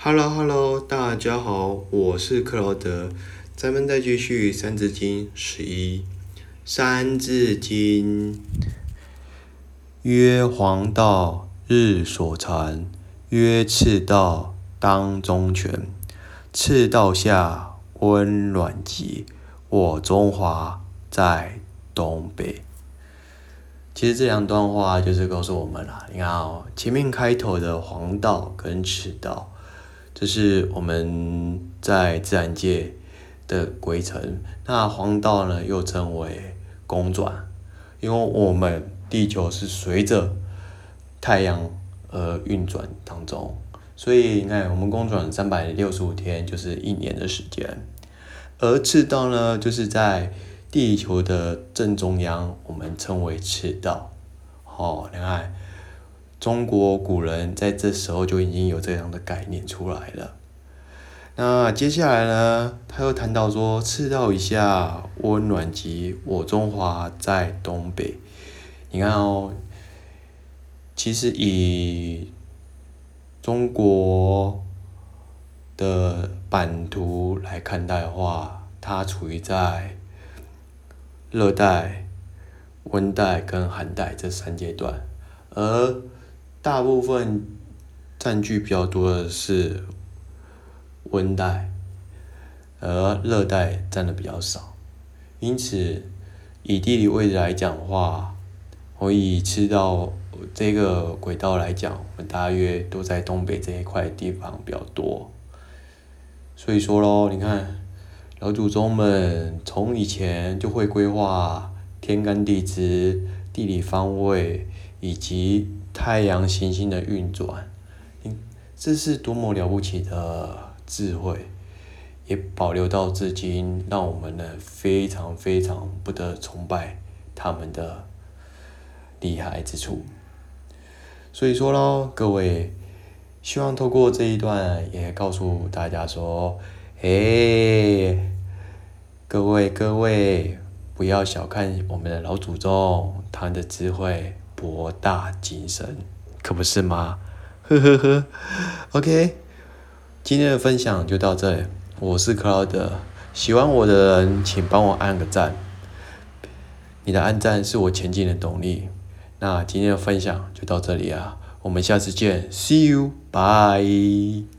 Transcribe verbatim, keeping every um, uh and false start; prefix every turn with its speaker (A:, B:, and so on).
A: Hello Hello，大家好，我是克劳德，咱们再继续《三字经》十一。三字经，曰黄道，日所长；曰赤道，当中权。赤道下，温暖极，我中华在东北。其实这两段话就是告诉我们啦，你看哦，前面开头的黄道跟赤道，这是我们在自然界的规程。那黄道呢，又称为公转，因为我们地球是随着太阳而运转当中，所以你看，我们公转三百六十五天，就是一年的时间。而赤道呢，就是在地球的正中央，我们称为赤道。哦，你看，中国古人在这时候就已经有这样的概念出来了。那接下来呢，他又谈到说，赤道以下，温暖极，我中华在东北。你看哦，其实以中国的版图来看待的话，它处于在热带、温带跟寒带这三阶段，而大部分占据比较多的是温带，而热带占的比较少。因此，以地理位置来讲的话，我以赤道这个轨道来讲，我们大约都在东北这一块地方比较多。所以说咯，你看老祖宗们从以前就会规划天干地支、地理方位以及太阳行星的运转，这是多么了不起的智慧，也保留到至今，让我们呢非常非常不得崇拜他们的厉害之处。所以说咯，各位，希望透过这一段也告诉大家说，诶，各位各位，不要小看我们的老祖宗，他们的智慧博大精深，可不是吗？呵呵呵 ，OK， 今天的分享就到这里，我是克劳德，喜欢我的人请帮我按个赞，你的按赞是我前进的动力。那今天的分享就到这里啊，我们下次见 ，See you，bye。